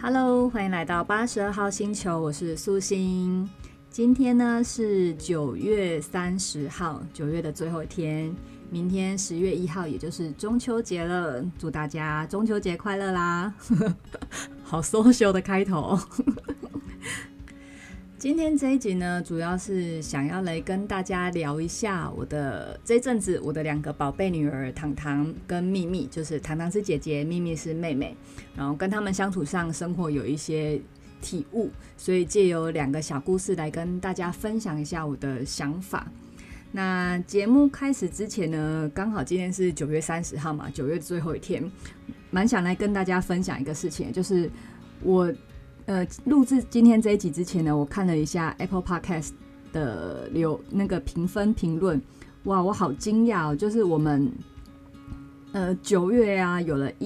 Hello， 欢迎来到82号星球，我是素心。今天呢是9月30号，9月的最后一天。明天10月1号，也就是中秋节了，祝大家中秋节快乐啦！好 social 的开头。今天这一集呢，主要是想要来跟大家聊一下这阵子我的2个宝贝女儿糖糖跟秘密，就是糖糖是姐姐，秘密是妹妹，然后跟他们相处上生活有一些体悟，所以借由2个小故事来跟大家分享一下我的想法。那节目开始之前呢，刚好今天是9月30号嘛，9月最后一天，蛮想来跟大家分享一个事情，就是我录制今天这一集之前呢，我看了一下 Apple Podcast 的那个评分评论，哇，我好惊讶哦！就是我们9月啊，有了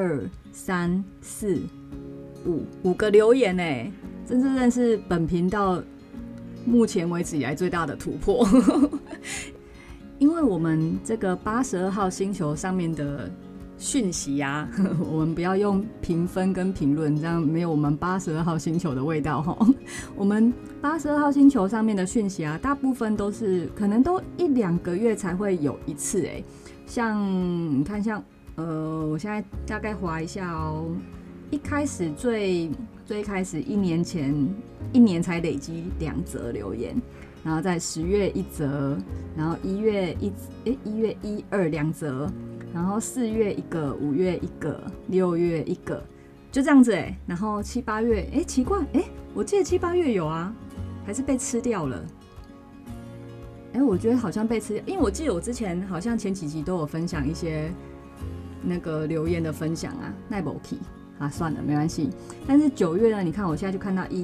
1、2、3、4、5个留言哎，真是本频道目前为止以来最大的突破。因为我们这个82号星球上面的讯息啊，我们不要用评分跟评论，这样没有我们82号星球的味道齁。我们82号星球上面的讯息啊，大部分都是可能都1-2个月才会有一次欸。像你看，像我现在大概滑一下哦，一开始最开始1年前1年才累积2则留言，然后在10月1则，然后1月1、2、2则。然后4月1个，5月1个，6月1个，就这样子欸。然后7、8月，奇怪，我记得7、8月有啊，还是被吃掉了？我觉得好像被吃掉，因为我记得我之前好像前几集都有分享一些那个留言的分享啊，奈不起啊，算了，没关系。但是9月呢，你看我现在就看到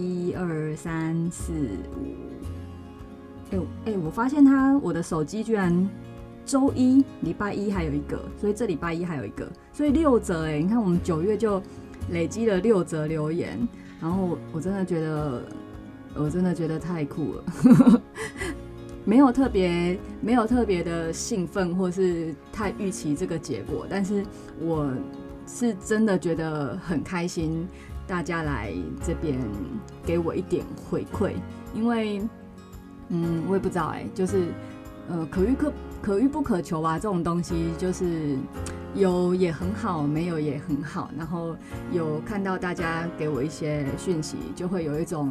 1、2、3、4、5，我发现我的手机居然。周一礼拜一还有一个，所以这礼拜一还有一个，所以6则你看我们9月就累积了6则留言，然后我真的觉得太酷了。没有特别的兴奋或是太预期这个结果，但是我是真的觉得很开心，大家来这边给我一点回馈，因为我也不知道就是可遇不可求吧，这种东西就是有也很好，没有也很好。然后有看到大家给我一些讯息，就会有一种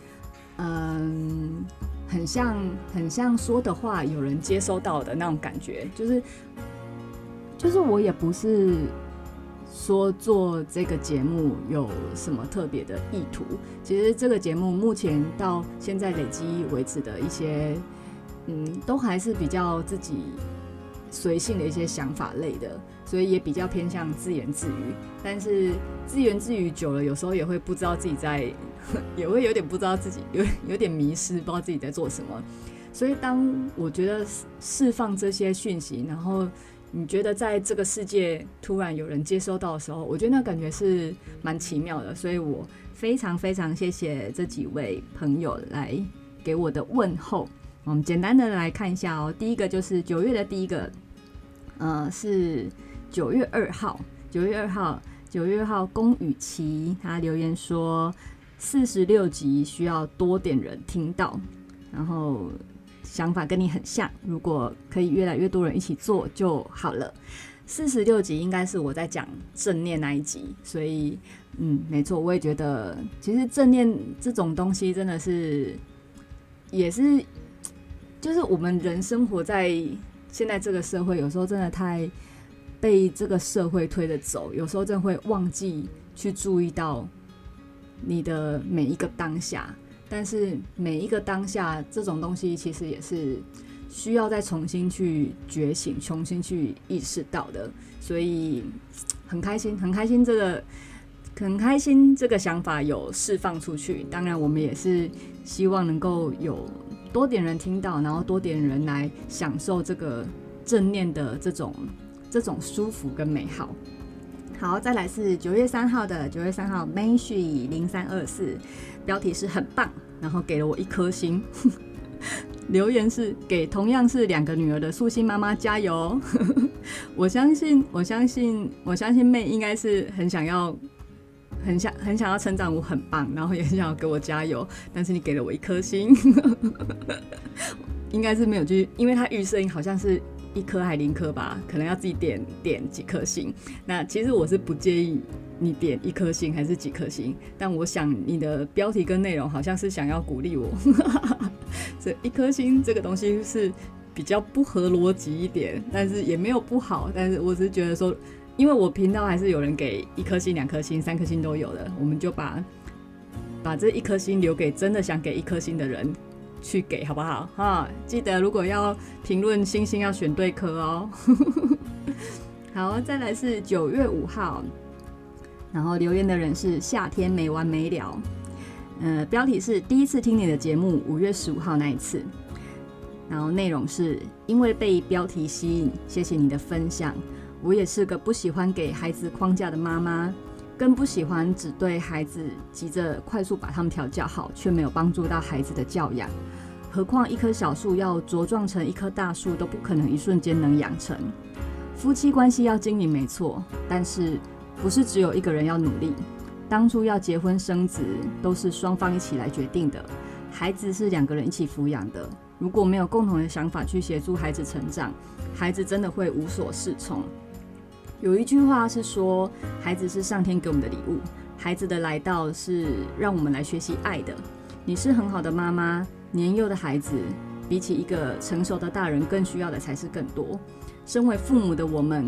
很像说的话有人接收到的那种感觉。就是我也不是说做这个节目有什么特别的意图，其实这个节目目前到现在累积为止的一些。都还是比较自己随性的一些想法类的，所以也比较偏向自言自语。但是自言自语久了，有时候也会不知道自己在，也会有点不知道自己有点迷失，不知道自己在做什么。所以当我觉得释放这些讯息，然后你觉得在这个世界突然有人接收到的时候，我觉得那感觉是蛮奇妙的。所以我非常非常谢谢这几位朋友来给我的问候。我们简单的来看一下哦。第一个就是9月的第一个，是9月2号，9月2号龚雨琪他留言说，46集需要多点人听到，然后想法跟你很像，如果可以越来越多人一起做就好了。46集应该是我在讲正念那一集，所以没错，我也觉得其实正念这种东西真的是也是。就是我们人生活在现在这个社会，有时候真的太被这个社会推着走，有时候真的会忘记去注意到你的每一个当下。但是每一个当下这种东西，其实也是需要再重新去觉醒、重新去意识到的。所以很开心这个想法有释放出去。当然，我们也是希望能够有。多点人听到，然后多点人来享受这个正念的这种舒服跟美好。好，再来是9月3号的9月3号 Mayshi 0324，标题是很棒，然后给了我1颗星。留言是给同样是2个女儿的素心妈妈加油。我相信妹应该是很想要很想要称赞我很棒，然后也很想要给我加油，但是你给了我1颗星，应该是没有去，因为他预设音好像是1颗还0颗吧，可能要自己点几颗星。那其实我是不介意你点1颗星还是几颗星，但我想你的标题跟内容好像是想要鼓励我，这1颗星这个东西是比较不合逻辑一点，但是也没有不好，但是我只是觉得说，因为我频道还是有人给1颗星、2颗星、3颗星都有的，我们就把这1颗星留给真的想给1颗星的人去给，好不好？哈，记得如果要评论星星要选对颗哦。好，再来是9月5号，然后留言的人是夏天没完没了，标题是第一次听你的节目，5月15号那一次。然后内容是因为被标题吸引，谢谢你的分享。我也是个不喜欢给孩子框架的妈妈，更不喜欢只对孩子急着快速把他们调教好，却没有帮助到孩子的教养。何况一棵小树要茁壮成一棵大树，都不可能一瞬间能养成。夫妻关系要经营没错，但是不是只有一个人要努力。当初要结婚生子，都是双方一起来决定的。孩子是2个人一起抚养的，如果没有共同的想法去协助孩子成长，孩子真的会无所适从。有一句话是说，孩子是上天给我们的礼物，孩子的来到是让我们来学习爱的。你是很好的妈妈，年幼的孩子比起一个成熟的大人更需要的才是更多。身为父母的我们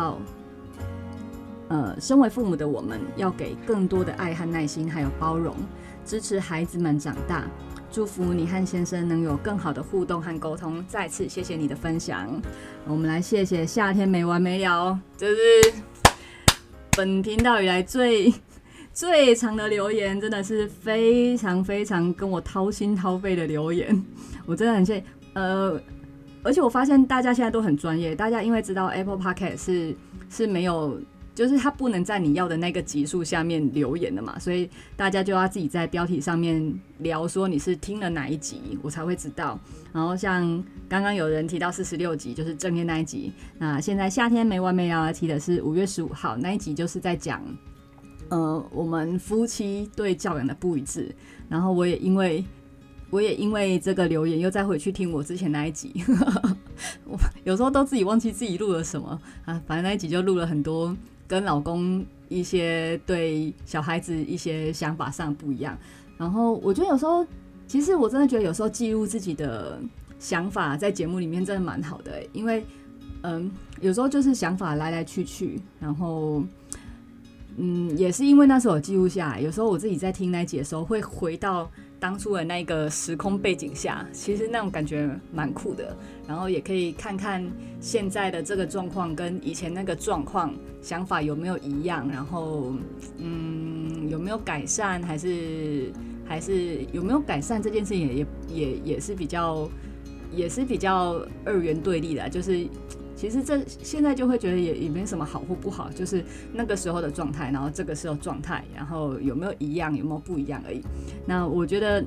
要给更多的爱和耐心，还有包容，支持孩子们长大。祝福你和先生能有更好的互动和沟通。再次谢谢你的分享。我们来谢谢夏天没完没了，这是本频道以来最长的留言，真的是非常非常跟我掏心掏肺的留言，我真的很谢谢。而且我发现大家现在都很专业，大家因为知道 Apple Podcast 是没有，就是它不能在你要的那个集数下面留言的嘛，所以大家就要自己在标题上面聊说你是听了哪一集，我才会知道。然后像刚刚有人提到46集，就是正念那一集，那现在夏天没完没了提的是5月15号那一集，就是在讲我们夫妻对教养的不一致。然后我也因为这个留言又再回去听我之前那一集我有时候都自己忘记自己录了什么啊，反正那一集就录了很多跟老公一些对小孩子一些想法上不一样。然后我觉得有时候，其实我真的觉得有时候记录自己的想法在节目里面真的蛮好的因为有时候就是想法来来去去，然后也是因为那时候有记录下来，有时候我自己在听那一集的时候会回到当初的那个时空背景下，其实那种感觉蛮酷的。然后也可以看看现在的这个状况跟以前那个状况想法有没有一样，然后有没有改善，还是有没有改善这件事情也是比较二元对立的，就是其实现在就会觉得也没什么好或不好，就是那个时候的状态，然后这个时候状态，然后有没有一样，有没有不一样而已。那我觉得，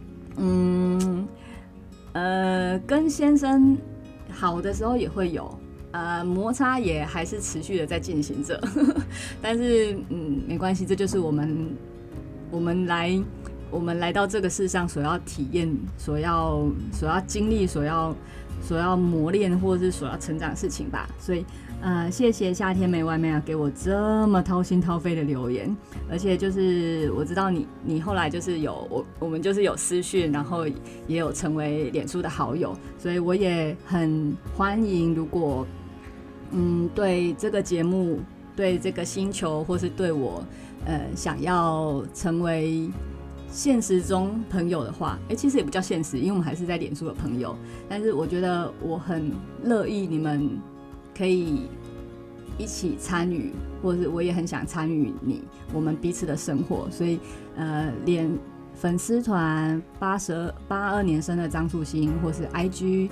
跟先生好的时候也会有，摩擦也还是持续的在进行着，但是没关系，这就是我们来到这个世上所要体验、所要经历、所要磨练或者是所要成长的事情吧。所以谢谢夏天没完没了给我这么掏心掏肺的留言，而且就是我知道你后来就是我们就是有私讯，然后也有成为脸书的好友，所以我也很欢迎，如果对这个节目、对这个星球，或是对我想要成为现实中朋友的话，其实也不叫现实，因为我们还是在脸书的朋友。但是我觉得我很乐意你们可以一起参与，或者是我也很想参与我们彼此的生活。所以连粉丝团82年生的张素心，或是 IG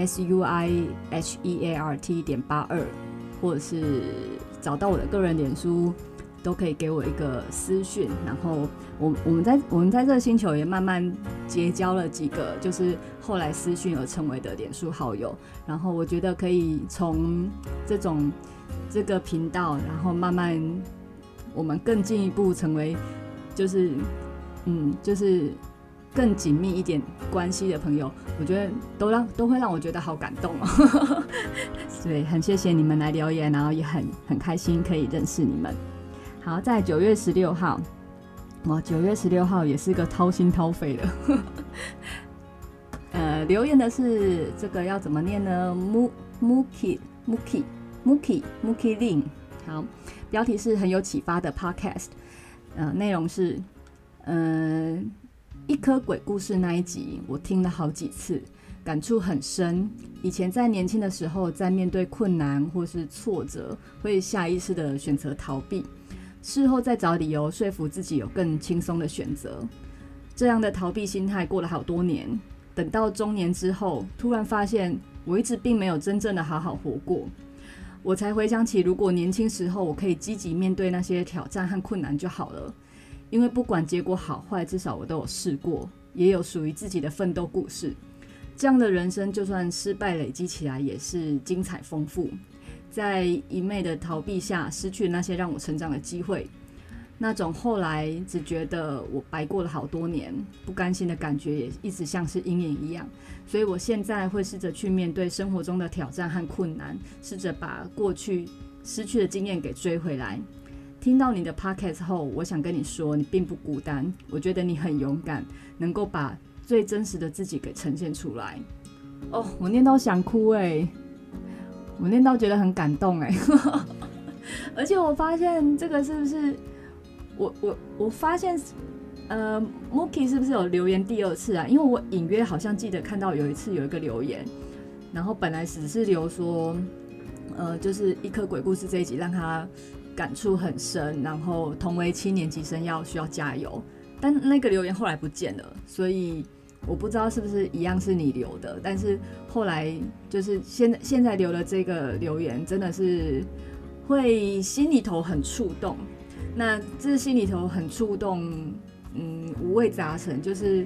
SUIHEART.82，或者是找到我的个人脸书，都可以给我一个私讯。然后我们在这个星球也慢慢结交了几个就是后来私讯而成为的脸书好友，然后我觉得可以从这个频道，然后慢慢我们更进一步成为就是更紧密一点关系的朋友，我觉得都会让我觉得好感动哦。所以很谢谢你们来留言，然后也很开心可以认识你们。好，在9月16号，哇，9月16号也是个掏心掏肺的。留言的是这个要怎么念呢 ？Muki Lin。好，标题是很有启发的 Podcast。内容是一颗鬼故事那一集，我听了好几次，感触很深。以前在年轻的时候，在面对困难或是挫折，会下意识的选择逃避，事后再找理由说服自己有更轻松的选择。这样的逃避心态过了好多年，等到中年之后，突然发现我一直并没有真正的好好活过。我才回想起，如果年轻时候我可以积极面对那些挑战和困难就好了。因为不管结果好坏，至少我都有试过，也有属于自己的奋斗故事。这样的人生，就算失败累积起来，也是精彩丰富。在一昧的逃避下，失去了那些让我成长的机会，那种后来只觉得我白过了好多年，不甘心的感觉也一直像是阴影一样。所以我现在会试着去面对生活中的挑战和困难，试着把过去失去的经验给追回来。听到你的 podcast 后，我想跟你说，你并不孤单。我觉得你很勇敢，能够把最真实的自己给呈现出来。哦，我念到想哭欸，我念到觉得很感动欸。而且我发现这个是不是我发现Muki 是不是有留言第2次啊？因为我隐约好像记得看到有一次有一个留言，然后本来只是留说就是一颗鬼故事这一集让他感触很深，然后同为7年级生需要加油，但那个留言后来不见了，所以我不知道是不是一样是你留的，但是后来就是现在留的这个留言真的是会心里头很触动。那这心里头很触动，五味杂陈，就是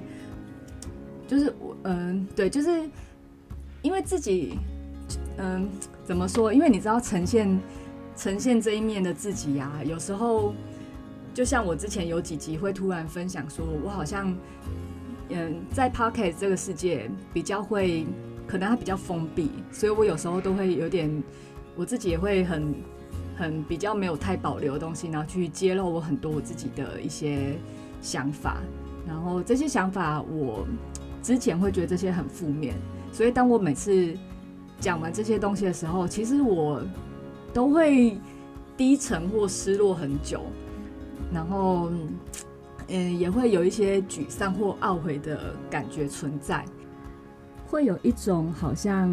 对，就是因为自己怎么说？因为你知道呈现这一面的自己啊，有时候就像我之前有几集会突然分享说，我好像在 Podcast 这个世界比较会，可能它比较封闭，所以我有时候都会有点，我自己也会很比较没有太保留的东西，然后去揭露我很多我自己的一些想法，然后这些想法我之前会觉得这些很负面，所以当我每次讲完这些东西的时候，其实我都会低沉或失落很久，然后也会有一些沮丧或懊悔的感觉存在，会有一种好像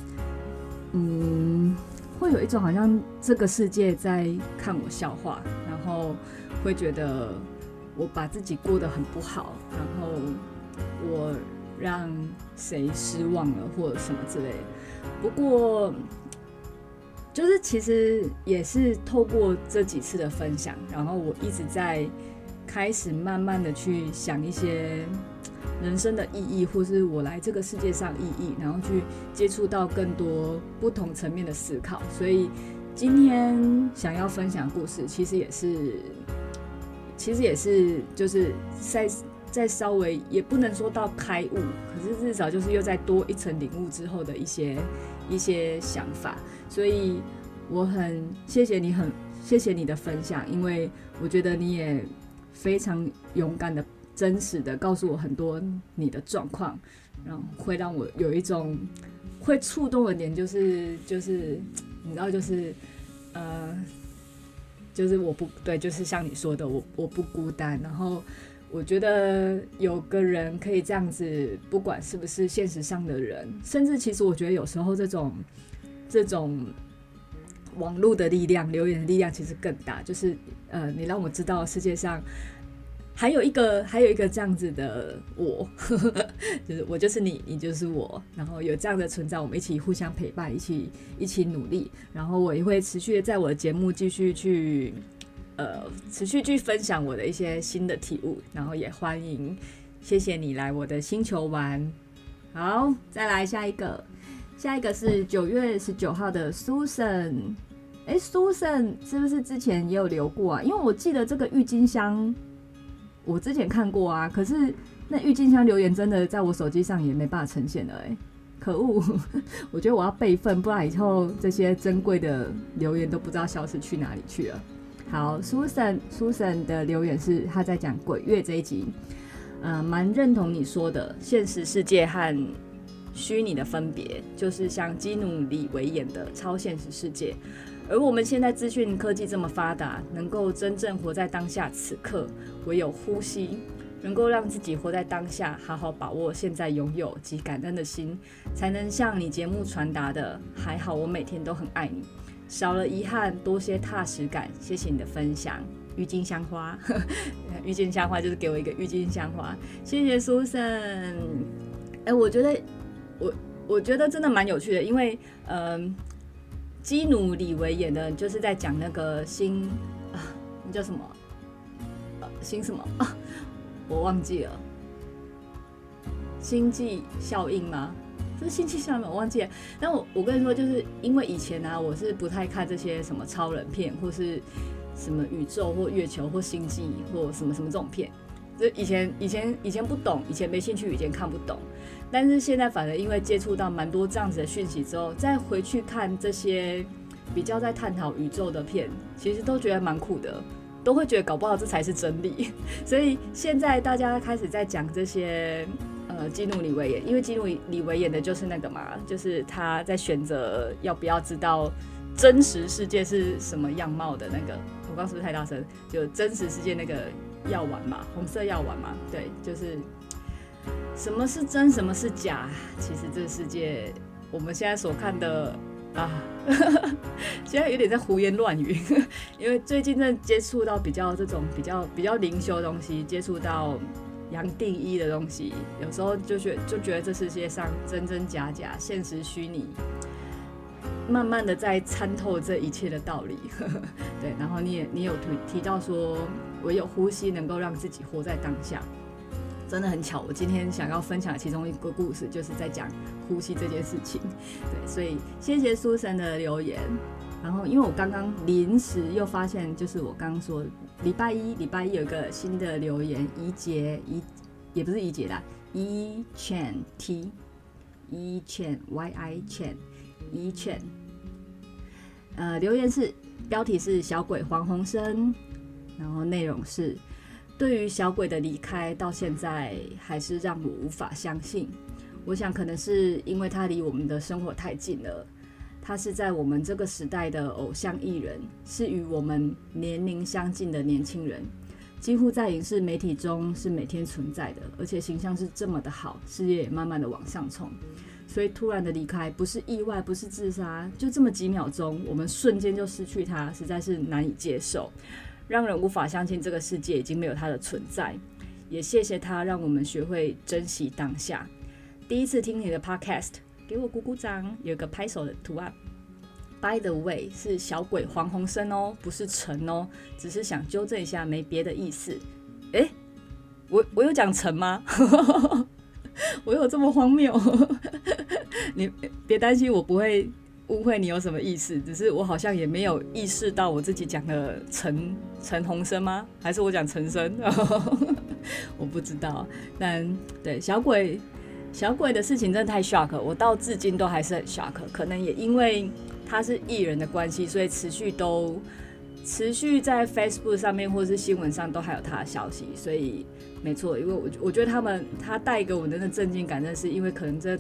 这个世界在看我笑话，然后会觉得我把自己过得很不好，然后我让谁失望了或者什么之类的。不过就是其实也是透过这几次的分享，然后我一直在开始慢慢的去想一些人生的意义，或是我来这个世界上意义，然后去接触到更多不同层面的思考。所以今天想要分享的故事，其实也是就是再稍微也不能说到开悟，可是至少就是又再多一层领悟之后的一些想法。所以我很谢谢你的分享，因为我觉得你也非常勇敢的真实的告诉我很多你的状况，然后会让我有一种会触动的点，就是你知道，就是我不对，就是像你说的，我不孤单。然后我觉得有个人可以这样子，不管是不是现实上的人，甚至其实我觉得有时候这种网络的力量、留言的力量其实更大。就是你让我知道世界上还有一个这样子的我，就是我就是你，你就是我，然后有这样的存在，我们一起互相陪伴，一起努力。然后我也会持续的在我的节目继续去分享我的一些新的体悟，然后也欢迎，谢谢你来我的星球玩。好，再来下一个是9月19号的 Susan。 Susan 是不是之前也有留过啊？因为我记得这个郁金香，我之前看过啊，可是那郁金香留言真的在我手机上也没办法呈现了可恶！我觉得我要备份，不然以后这些珍贵的留言都不知道消失去哪里去了。好 ，Susan 的留言是他在讲鬼月这一集，蛮认同你说的，现实世界和虚拟的分别，就是像基努里维演的超现实世界。而我们现在资讯科技这么发达，能够真正活在当下此刻，唯有呼吸，能够让自己活在当下，好好把握现在拥有及感恩的心，才能像你节目传达的，还好我每天都很爱你，少了遗憾，多些踏实感。谢谢你的分享，郁金香花，郁金香花就是给我一个郁金香花，谢谢 Susan。我觉得真的蛮有趣的，因为基努里维演的就是在讲那个那叫什么新什么我忘记了，星际效应吗？是星际效应我忘记了。但我跟你说，就是因为以前我是不太看这些什么超人片，或是什么宇宙或月球或星际或什么什么这种片。就以前不懂，以前没兴趣，以前看不懂。但是现在反而因为接触到蛮多这样子的讯息之后，再回去看这些比较在探讨宇宙的片，其实都觉得蛮酷的，都会觉得搞不好这才是真理。所以现在大家开始在讲这些基努里维演，因为基努里维演的就是那个嘛，就是他在选择要不要知道真实世界是什么样貌的那个。我刚刚是不是太大声？就真实世界那个药丸嘛，红色药丸嘛，对，就是什么是真，什么是假。其实这个世界，我们现在所看的现在有点在胡言乱语，因为最近正接触到比较这种比较灵修的东西，接触到阳定一的东西，有时候就觉得这世界上真真假假，现实虚拟，慢慢的在参透这一切的道理。对，然后你有提到说，唯有呼吸能够让自己活在当下，真的很巧。我今天想要分享的其中一个故事，就是在讲呼吸这件事情。对，所以谢谢苏神的留言。然后，因为我刚刚临时又发现，就是我刚刚说礼拜一有一个新的留言，也不是怡姐啦，E Chen T，E Chen Y-I Chen。E Chen， 留言是标题是小鬼黄鸿升，然后内容是对于小鬼的离开到现在还是让我无法相信。我想可能是因为他离我们的生活太近了，他是在我们这个时代的偶像艺人，是与我们年龄相近的年轻人，几乎在影视媒体中是每天存在的，而且形象是这么的好，事业也慢慢的往上冲。所以突然的离开不是意外，不是自杀，就这么几秒钟，我们瞬间就失去他，实在是难以接受，让人无法相信这个世界已经没有他的存在。也谢谢他让我们学会珍惜当下。第一次听你的 podcast， 给我鼓鼓掌，有个拍手的图案。By the way， 是小鬼黄鸿升哦，不是陈哦，只是想纠正一下，没别的意思。我有讲陈吗？我有这么荒谬？你别担心，我不会误会你有什么意思，只是我好像也没有意识到我自己讲的陈鸿升吗？还是我讲陈升？我不知道。但对小鬼的事情真的太 shock， 我到至今都还是很 shock。可能也因为他是艺人的关系，所以持续在 Facebook 上面或是新闻上都还有他的消息，所以没错，因为我觉得他带给我的那震惊感，真的是因为可能真的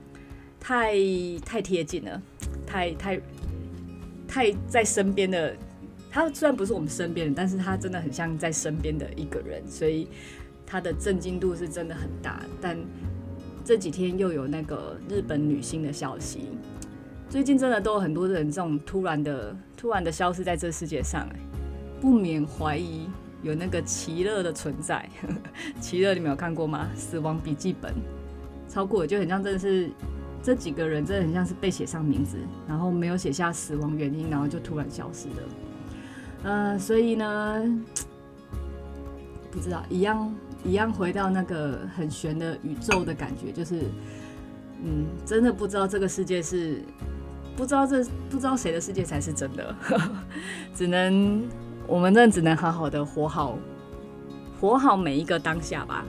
太贴近了，太在身边的。他虽然不是我们身边人，但是他真的很像在身边的一个人，所以他的震惊度是真的很大。但这几天又有那个日本女星的消息，最近真的都有很多人这种突然的消失在这世界上，不免怀疑有那个奇乐的存在。奇乐你们有看过吗？死亡笔记本超酷的，就很像真的是这几个人真的很像是被写上名字，然后没有写下死亡原因，然后就突然消失了。所以呢，不知道一样回到那个很玄的宇宙的感觉，就是真的不知道这个世界是不知道谁的世界才是真的，我们真的只能好好的活好每一个当下吧。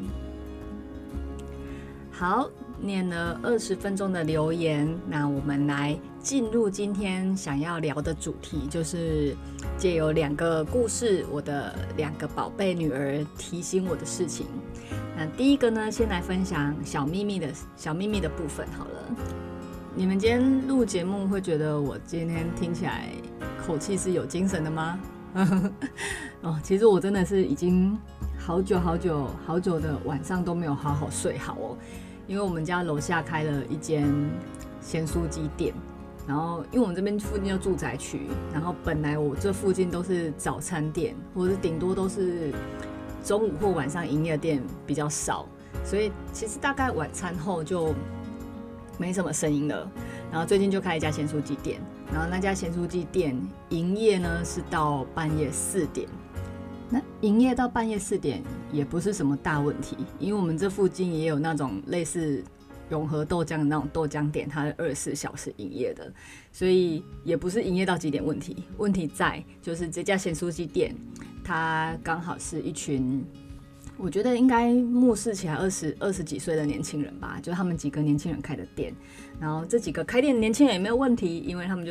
好，念了20分钟的留言，那我们来进入今天想要聊的主题，就是借由2个故事，我的2个宝贝女儿提醒我的事情。那第一个呢，先来分享小秘密的部分好了。你们今天录节目会觉得我今天听起来口气是有精神的吗？其实我真的是已经好久的晚上都没有好好睡好哦。因为我们家楼下开了一间咸酥鸡店，然后因为我们这边附近就住宅区，然后本来我这附近都是早餐店，或者是顶多都是中午或晚上营业店比较少，所以其实大概晚餐后就没什么声音了。然后最近就开一家咸酥鸡店，然后那家咸酥鸡店营业呢是到半夜4点。那营业到半夜4点也不是什么大问题，因为我们这附近也有那种类似永和豆浆的那种豆浆店，它是24小时营业的，所以也不是营业到几点问题。问题在就是这家咸酥鸡店，它刚好是一群，我觉得应该目视起来20几岁的年轻人吧，就他们几个年轻人开的店。然后这几个开店的年轻人也没有问题，因为他们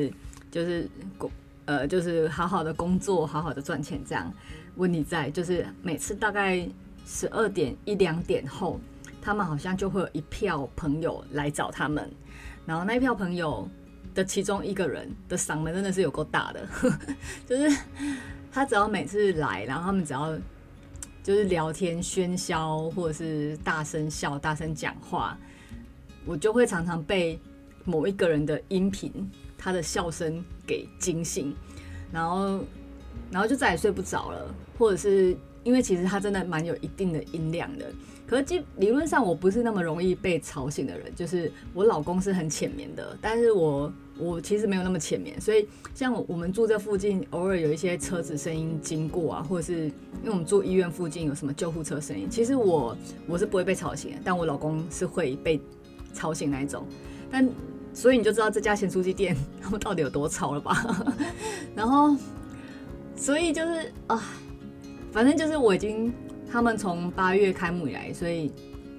就是好好的工作，好好的赚钱这样。问题在就是每次大概12点1、2点后，他们好像就会有一票朋友来找他们，然后那一票朋友的其中一个人的嗓门真的是有够大的，就是他只要每次来，然后他们只要就是聊天喧嚣，或者是大声笑、大声讲话，我就会常常被某一个人的音频，他的笑声给惊醒，然后就再也睡不着了，或者是因为其实他真的蛮有一定的音量的，可是理论上我不是那么容易被吵醒的人，就是我老公是很浅眠的，但是我其实没有那么浅眠，所以像我们住这附近，偶尔有一些车子声音经过啊，或者是因为我们住医院附近有什么救护车声音，其实我是不会被吵醒的，但我老公是会被吵醒那一种，所以你就知道这家咸酥鸡店他们到底有多吵了吧？然后，所以就是反正就是他们从8月开幕以来，所以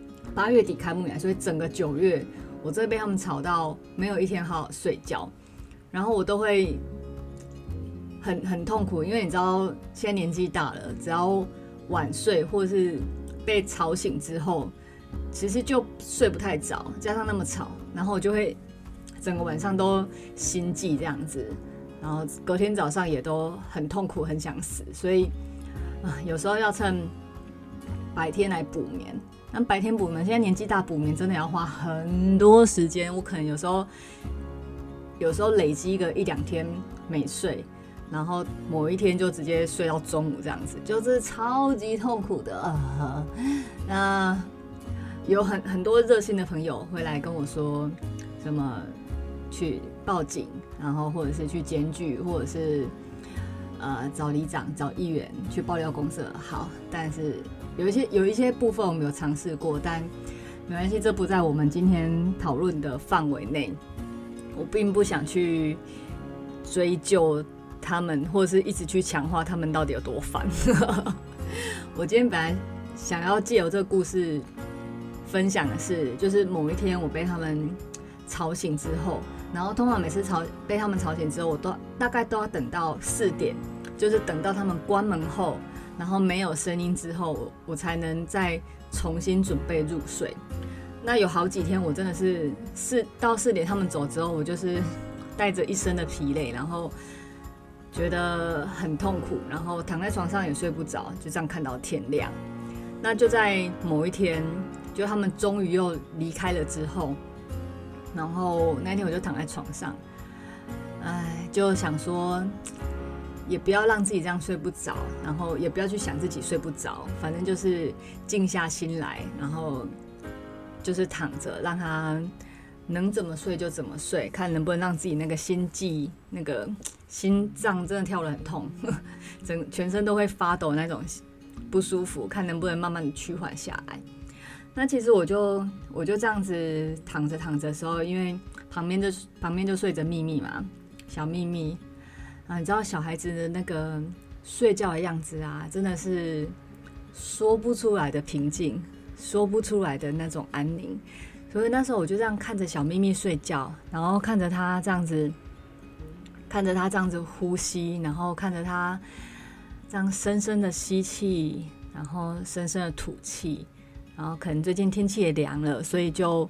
8月底开幕以来，所以整个9月我真的被他们吵到没有一天好好睡觉，然后我都会很痛苦，因为你知道现在年纪大了，只要晚睡或者是被吵醒之后，其实就睡不太着，加上那么吵，然后我就会整个晚上都心悸这样子，然后隔天早上也都很痛苦，很想死，所以有时候要趁白天来补眠。那白天补眠，现在年纪大补眠真的要花很多时间，我可能有时候累积个1、2天没睡，然后某一天就直接睡到中午这样子，就是超级痛苦的。那有很多热心的朋友会来跟我说什么去报警，然后或者是去检举，或者是找里长、找议员去爆料公社。好，但是有一些部分我们有尝试过，但没关系，这不在我们今天讨论的范围内。我并不想去追究他们，或者是一直去强化他们到底有多烦。我今天本来想要借由这个故事分享的是，就是某一天我被他们吵醒之后，然后通常每次被他们吵醒之后，我大概都要等到4点，就是等到他们关门后，然后没有声音之后，我才能再重新准备入睡。那有好几天我真的是到4点他们走之后，我就是带着一身的疲累，然后觉得很痛苦，然后躺在床上也睡不着，就这样看到天亮。那就在某一天，就他们终于又离开了之后，然后那天我就躺在床上，就想说也不要让自己这样睡不着，然后也不要去想自己睡不着，反正就是静下心来，然后就是躺着，让他能怎么睡就怎么睡，看能不能让自己那个心悸、那个心脏真的跳得很痛，全身都会发抖那种不舒服，看能不能慢慢的趋缓下来。那其实我就这样子躺着的时候，因为旁边就睡着秘密嘛，小秘密啊，你知道小孩子的那个睡觉的样子啊，真的是说不出来的平静，说不出来的那种安宁。所以那时候我就这样看着小秘密睡觉，然后看着他这样子呼吸，然后看着他这样深深的吸气，然后深深的吐气，然后可能最近天气也凉了，所以就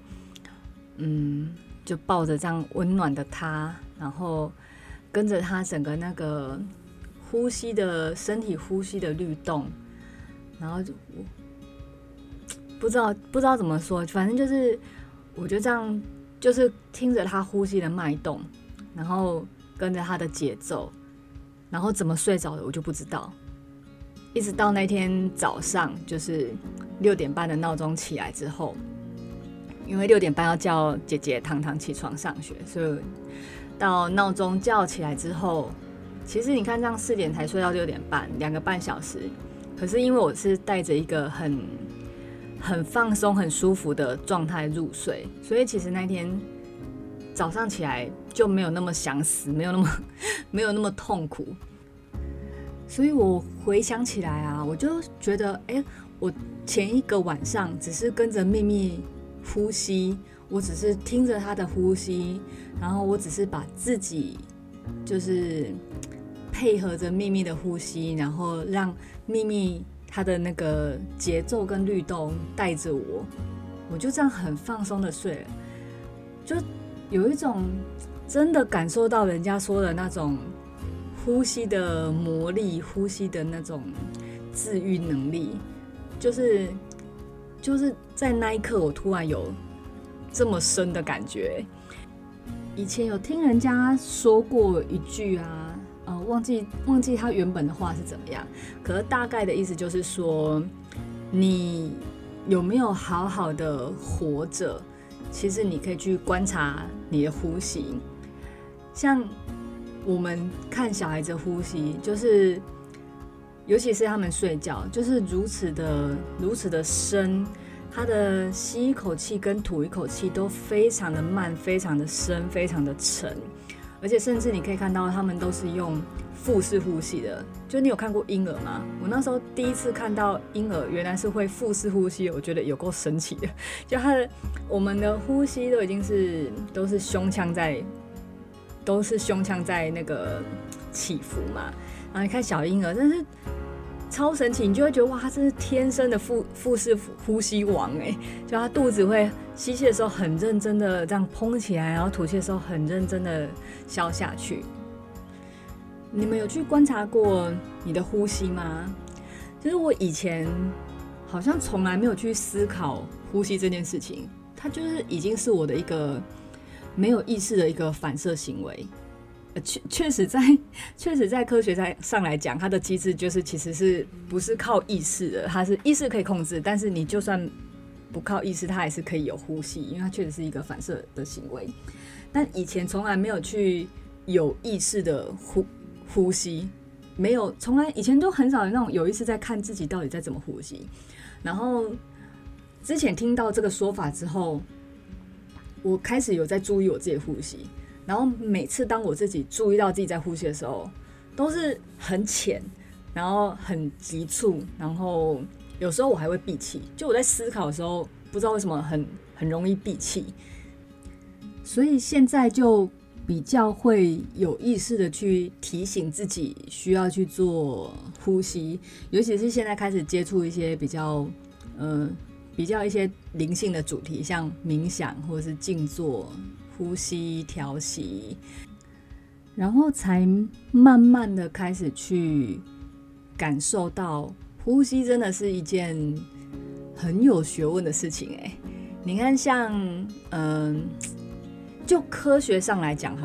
抱着这样温暖的他，然后跟着他整个那个身体呼吸的律动，然后就不知道怎么说，反正就是我就这样，就是听着他呼吸的脉动，然后跟着他的节奏，然后怎么睡着的我就不知道，一直到那天早上，就是6点半的闹钟起来之后，因为6点半要叫姐姐糖糖起床上学，所以到闹钟叫起来之后，其实你看这样4点才睡到6点半，2个半小时。可是因为我是带着一个很放松、很舒服的状态入睡，所以其实那天早上起来就没有那么想死，没有那么痛苦。所以我回想起来啊，我就觉得，我前一个晚上只是跟着秘密呼吸，我只是听着他的呼吸，然后我只是把自己就是配合着秘密的呼吸，然后让秘密他的那个节奏跟律动带着我就这样很放松的睡了，就有一种真的感受到人家说的那种呼吸的魔力，呼吸的那种治愈能力，就是在那一刻我突然有这么深的感觉。以前有听人家说过一句啊，忘记他原本的话是怎么样，可是大概的意思就是说，你有没有好好的活着，其实你可以去观察你的呼吸。像我们看小孩子呼吸，就是尤其是他们睡觉，就是如此的深，他的吸一口气跟吐一口气都非常的慢，非常的深，非常的沉，而且甚至你可以看到他们都是用腹式呼吸的。就你有看过婴儿吗？我那时候第一次看到婴儿原来是会腹式呼吸，我觉得有够神奇的。就我们的呼吸都是胸腔在那个起伏嘛，然后你看小婴儿真是超神奇，你就会觉得哇，他真是天生的腹式呼吸王就他肚子会吸气的时候很认真的这样膨起来，然后吐气的时候很认真的消下去。你们有去观察过你的呼吸吗？就是我以前好像从来没有去思考呼吸这件事情，它就是已经是我的一个没有意识的一个反射行为。确实在科学上来讲，它的机制就是其实是不是靠意识的，它是意识可以控制，但是你就算不靠意识，它还是可以有呼吸，因为它确实是一个反射的行为。但以前从来没有去有意识的呼吸，没有，从来以前都很少有那种有意识在看自己到底在怎么呼吸。然后之前听到这个说法之后，我开始有在注意我自己的呼吸。然后每次当我自己注意到自己在呼吸的时候，都是很浅，然后很急促，然后有时候我还会闭气。就我在思考的时候，不知道为什么很容易闭气，所以现在就比较会有意识的去提醒自己需要去做呼吸，尤其是现在开始接触一些比较一些灵性的主题，像冥想或者是静坐。呼吸调息，然后才慢慢的开始去感受到呼吸真的是一件很有学问的事情你看像就科学上来讲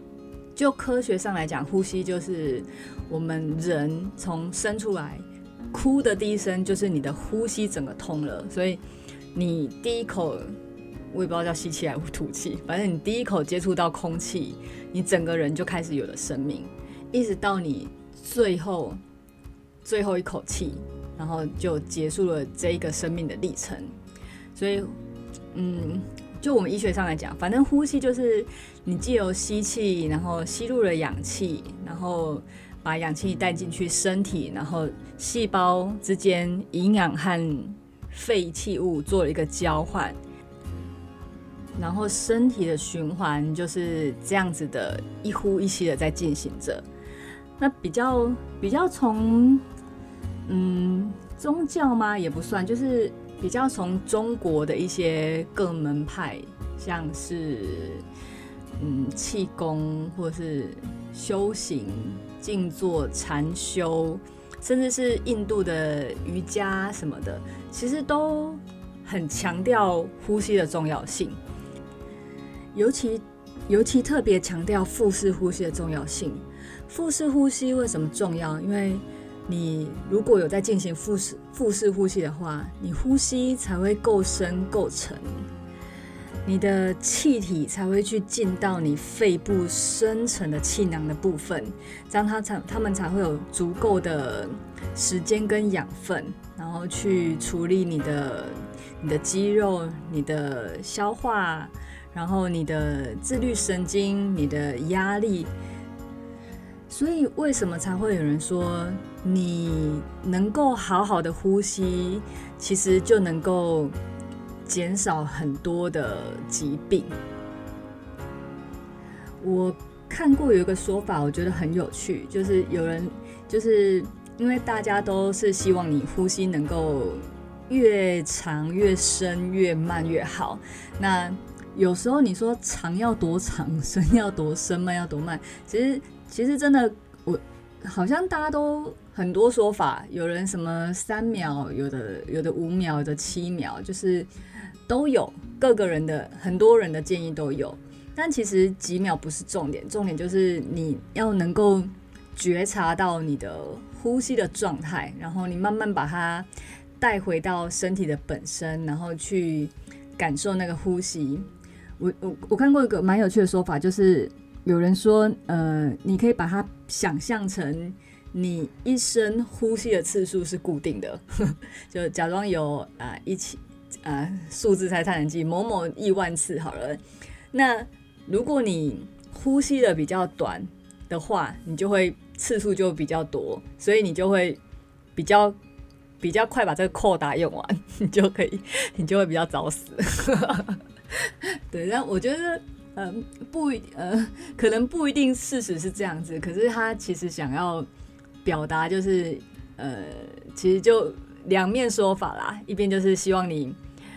呼吸就是我们人从生出来哭的第一声就是你的呼吸整个通了，所以你第一口我也不知道叫吸气还是吐气，反正你第一口接触到空气，你整个人就开始有了生命，一直到你最后一口气，然后就结束了这一个生命的历程。所以就我们医学上来讲，反正呼吸就是你藉由吸气，然后吸入了氧气，然后把氧气带进去身体，然后细胞之间营养和废弃物做了一个交换，然后身体的循环就是这样子的一呼一吸的在进行着。那比较从宗教吗？也不算，就是比较从中国的一些各门派，像是气功或是修行、静坐、禅修，甚至是印度的瑜伽什么的，其实都很强调呼吸的重要性，尤其特别强调腹式呼吸的重要性。腹式呼吸为什么重要？因为你如果有在进行腹式呼吸的话，你呼吸才会够深够沉，你的气体才会去进到你肺部深层的气囊的部分，这样他们才会有足够的时间跟养分，然后去处理你的肌肉、你的消化，然后你的自律神经、你的压力。所以为什么才会有人说你能够好好的呼吸，其实就能够减少很多的疾病。我看过有一个说法，我觉得很有趣，就是有人就是因为大家都是希望你呼吸能够越长越深越慢越好，那有时候你说长要多长，深要多深，慢要多慢，其实真的，我好像大家都很多说法，有人什么3秒，有的5秒，有的7秒，就是都有，各个人的很多人的建议都有。但其实几秒不是重点，重点就是你要能够觉察到你的呼吸的状态，然后你慢慢把它带回到身体的本身，然后去感受那个呼吸。我看过一个蛮有趣的说法，就是有人说，你可以把它想象成你一生呼吸的次数是固定的，就假装有数字猜能计某某亿万次好了。那如果你呼吸的比较短的话，你就会次数就比较多，所以你就会比较快把这个扣打用完，你就会比较早死。对，但我觉得可能不一定事实是这样子，可是他其实想要表达就是其实就两面说法啦，一边就是希望你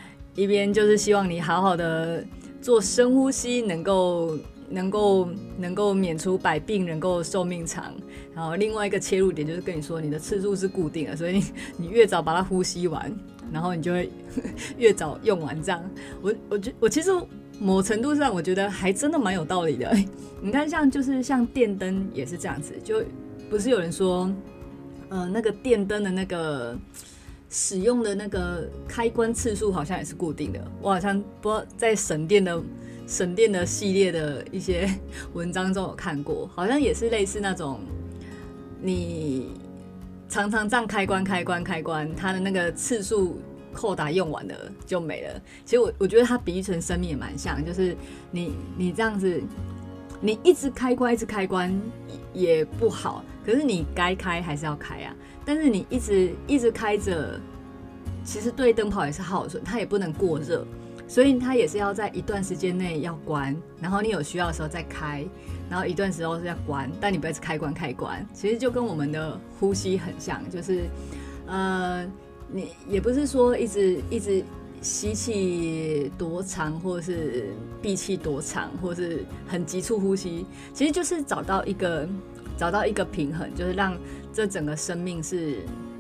好好的做深呼吸，能够免除百病，能够寿命长。然后另外一个切入点就是跟你说，你的次数是固定的，所以你越早把它呼吸完，然后你就会越早用完。这样，我其实某程度上我觉得还真的蛮有道理的。你看，像电灯也是这样子，就不是有人说，那个电灯的那个使用的那个开关次数好像也是固定的。我好像不知道在省电的系列的一些文章中有看过，好像也是类似那种你常常这样开关，它的那个次数扣打用完了就没了。其实我觉得它比喻成生命也蛮像，就是你这样子，你一直开关也不好，可是你该开还是要开啊。但是你一直开着，其实对灯泡也是耗损，它也不能过热，所以它也是要在一段时间内要关，然后你有需要的时候再开，然后一段时候是要关，但你不要一直开关。其实就跟我们的呼吸很像，就是你也不是说一直吸气多长，或是闭气多长，或是很急促呼吸，其实就是找到一个平衡，就是让这整个生命是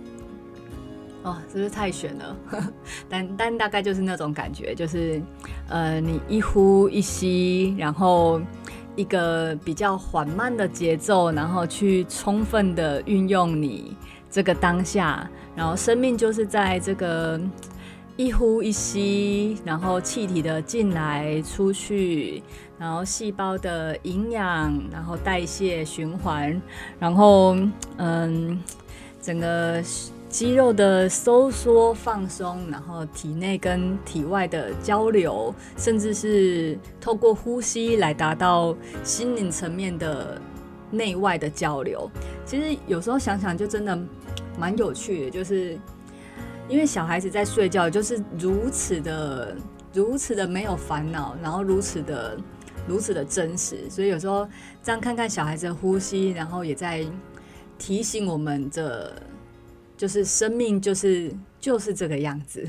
真是太悬了。但大概就是那种感觉，就是你一呼一吸，然后一个比较缓慢的节奏，然后去充分的运用你这个当下，然后生命就是在这个一呼一吸，然后气体的进来出去，然后细胞的营养，然后代谢循环，然后整肌肉的收缩放松，然后体内跟体外的交流，甚至是透过呼吸来达到心灵层面的内外的交流。其实有时候想想就真的蛮有趣的，就是因为小孩子在睡觉就是如此的没有烦恼，然后如此的真实，所以有时候这样看看小孩子的呼吸，然后也在提醒我们就是生命就是这个样子。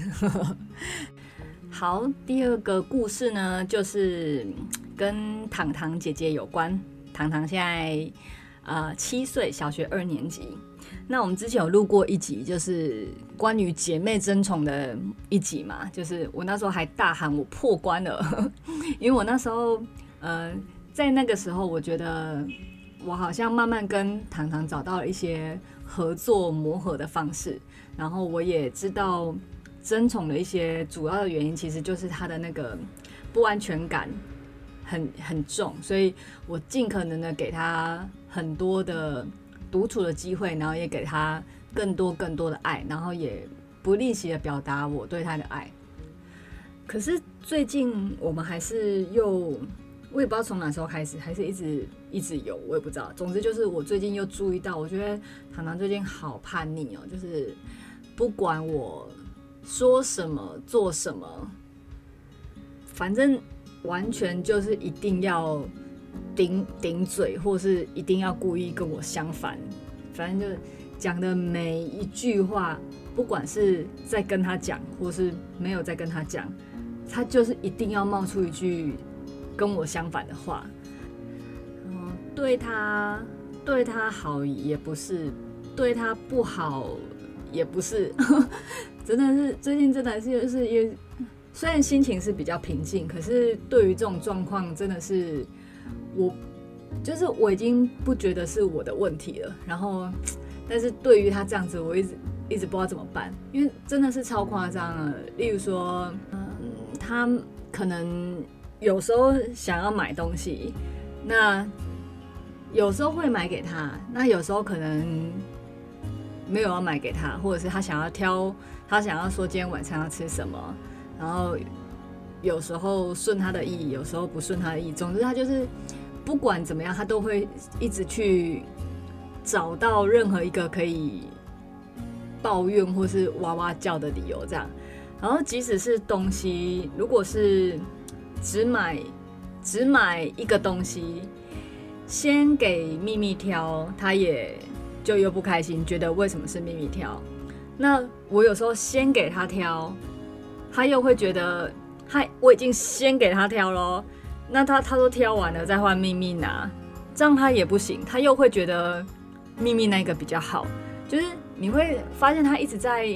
好，第二个故事呢，就是跟糖糖姐姐有关。糖糖现在7岁，小学2年级。那我们之前有录过一集，就是关于姐妹争宠的一集嘛，就是我那时候还大喊我破关了，因为我那时候在那个时候，我觉得我好像慢慢跟糖糖找到了一些合作磨合的方式，然后我也知道争宠的一些主要的原因，其实就是他的那个不安全感很重，所以我尽可能的给他很多的独处的机会，然后也给他更多的爱，然后也不吝惜的表达我对他的爱。可是最近我们还是我也不知道从哪时候开始，还是一直有，我也不知道。总之就是我最近又注意到，我觉得糖糖最近好叛逆哦，就是不管我说什么做什么，反正完全就是一定要顶嘴，或是一定要故意跟我相反，反正就讲的每一句话，不管是在跟他讲，或是没有在跟他讲，他就是一定要冒出一句跟我相反的话。对他好也不是，对他不好也不是，真的是最近真的是就是虽然心情是比较平静，可是对于这种状况真的是我已经不觉得是我的问题了，然后但是对于他这样子，我一直不知道怎么办，因为真的是超夸张了。例如说，他可能有时候想要买东西，那有时候会买给他，那有时候可能没有要买给他，或者是他想要说今天晚餐要吃什么，然后有时候顺他的意，有时候不顺他的意，总之他就是不管怎么样，他都会一直去找到任何一个可以抱怨或是哇哇叫的理由这样。然后即使是东西，如果是只买一个东西，先给秘密挑，他也就又不开心，觉得为什么是秘密挑。那我有时候先给他挑，他又会觉得我已经先给他挑咯，那他都挑完了再换秘密拿，这样他也不行，他又会觉得秘密那个比较好。就是你会发现他一直在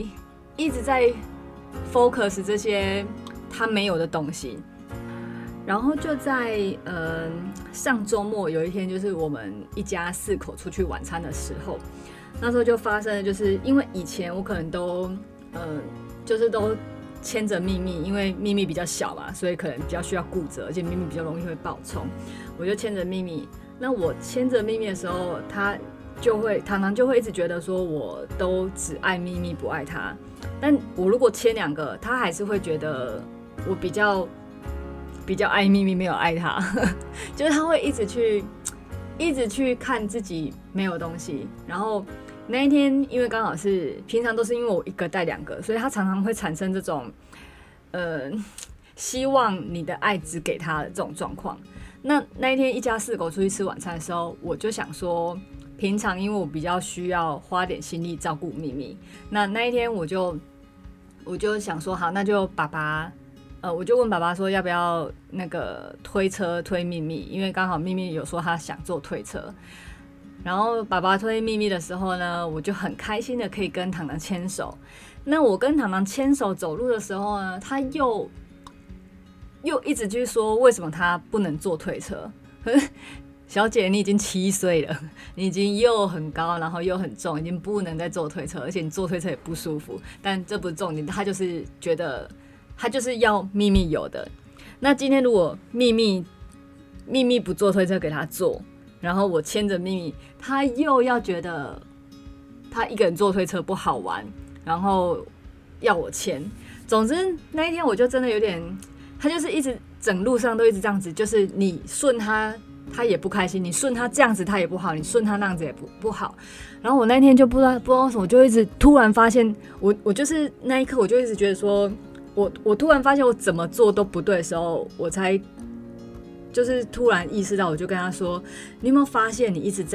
focus 这些他没有的东西。然后就在上周末有一天，就是我们一家4口出去晚餐的时候，那时候就发生了，就是因为以前我可能都牵着秘密，因为秘密比较小嘛，所以可能比较需要顾着，而且秘密比较容易会爆冲，我就牵着秘密。那我牵着秘密的时候，他常常就会一直觉得说我都只爱秘密不爱他，但我如果牵2个，他还是会觉得我比较爱秘密，没有爱他，就是他会一直去看自己没有东西。然后那一天，因为刚好是平常都是因为我一个带2个，所以他常常会产生这种希望你的爱只给他的这种状况。那一天一家4口出去吃晚餐的时候，我就想说，平常因为我比较需要花点心力照顾秘密，那一天我就想说，好，那就爸爸。我就问爸爸说要不要那个推车推秘密，因为刚好秘密有说他想坐推车。然后爸爸推秘密的时候呢，我就很开心的可以跟糖糖牵手。那我跟糖糖牵手走路的时候呢，他又一直去说为什么他不能坐推车。小姐，你已经7岁了，你已经又很高，然后又很重，已经不能再坐推车，而且你坐推车也不舒服。但这不是重点，他就是觉得他就是要秘密有的。那今天如果秘密不坐推车给他坐，然后我牵着秘密，他又要觉得他一个人坐推车不好玩，然后要我签。总之那一天我就真的有点，他就是一直整路上都一直这样子，就是你顺他他也不开心，你顺他这样子他也不好，你顺他那样子也不好。然后我那天就不知道为什么，我就一直突然发现，我就是那一刻我就一直觉得说，我突然发现我怎么做都不对的时候，我才就是突然意识到，我就跟他说，你有没有发现你一直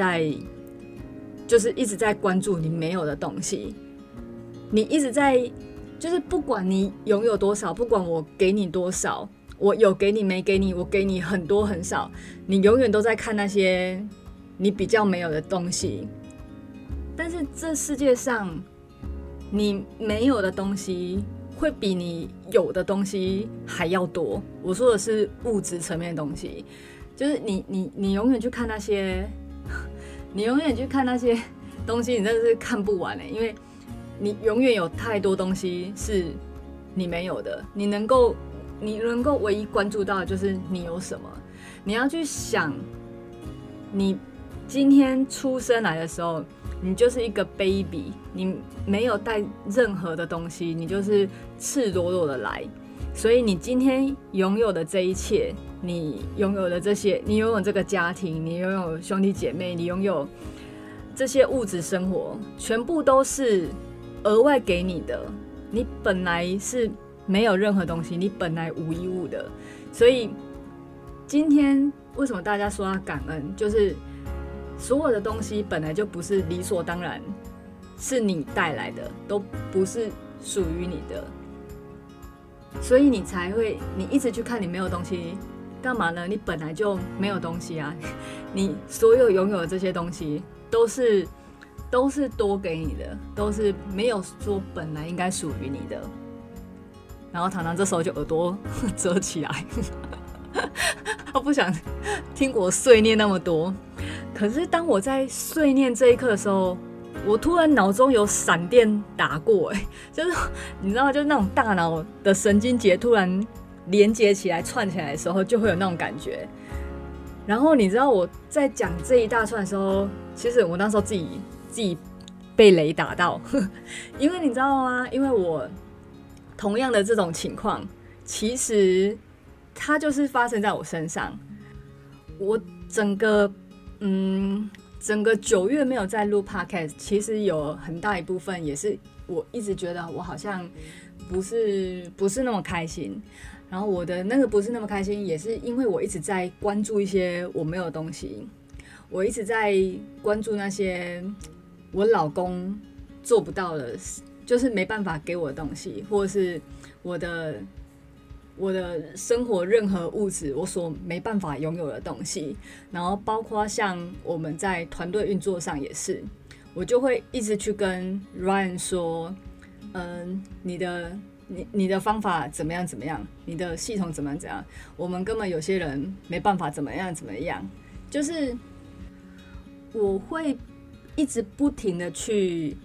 在关注你没有的东西，你一直在就是不管你拥有多少，不管我给你多少，我有给你没给你，我给你很多很少，你永远都在看那些你比较没有的东西。但是这世界上你没有的东西会比你有的东西还要多。我说的是物质层面的东西，就是你永远去看那些，你永远去看那些东西，你真的是看不完因为你永远有太多东西是你没有的。你能够唯一关注到的就是你有什么。你要去想，你今天出生来的时候，你就是一个 baby， 你没有带任何的东西，你就是赤裸裸的来。所以你今天拥有的这一切，你拥有的这些，你拥有这个家庭，你拥有兄弟姐妹，你拥有这些物质生活，全部都是额外给你的。你本来是没有任何东西，你本来无一物的。所以今天为什么大家说要感恩，就是所有的东西本来就不是理所当然是你带来的，都不是属于你的，所以你才会你一直去看你没有东西干嘛呢？你本来就没有东西啊，你所有拥有的这些东西都是多给你的，都是没有说本来应该属于你的。然后糖糖这时候就耳朵遮起来他不想听我碎念那么多。可是当我在碎念这一刻的时候，我突然脑中有闪电打过就是你知道，就是那种大脑的神经节突然连接起来串起来的时候，就会有那种感觉。然后你知道我在讲这一大串的时候，其实我那时候自己被雷打到因为你知道吗？因为我同样的这种情况，其实它就是发生在我身上。我整个9月没有在录 podcast， 其实有很大一部分也是我一直觉得我好像不是那么开心。然后我的那个不是那么开心，也是因为我一直在关注一些我没有的东西，我一直在关注那些我老公做不到的，就是没办法给我的东西，或者是我的生活任何物质我所没办法拥有的东西。然后包括像我们在团队运作上也是，我就会一直去跟 Ryan 说，你的方法怎么样怎么样，你的系统怎么样怎样，我们根本有些人没办法怎么样怎么样。就是我会一直不停的去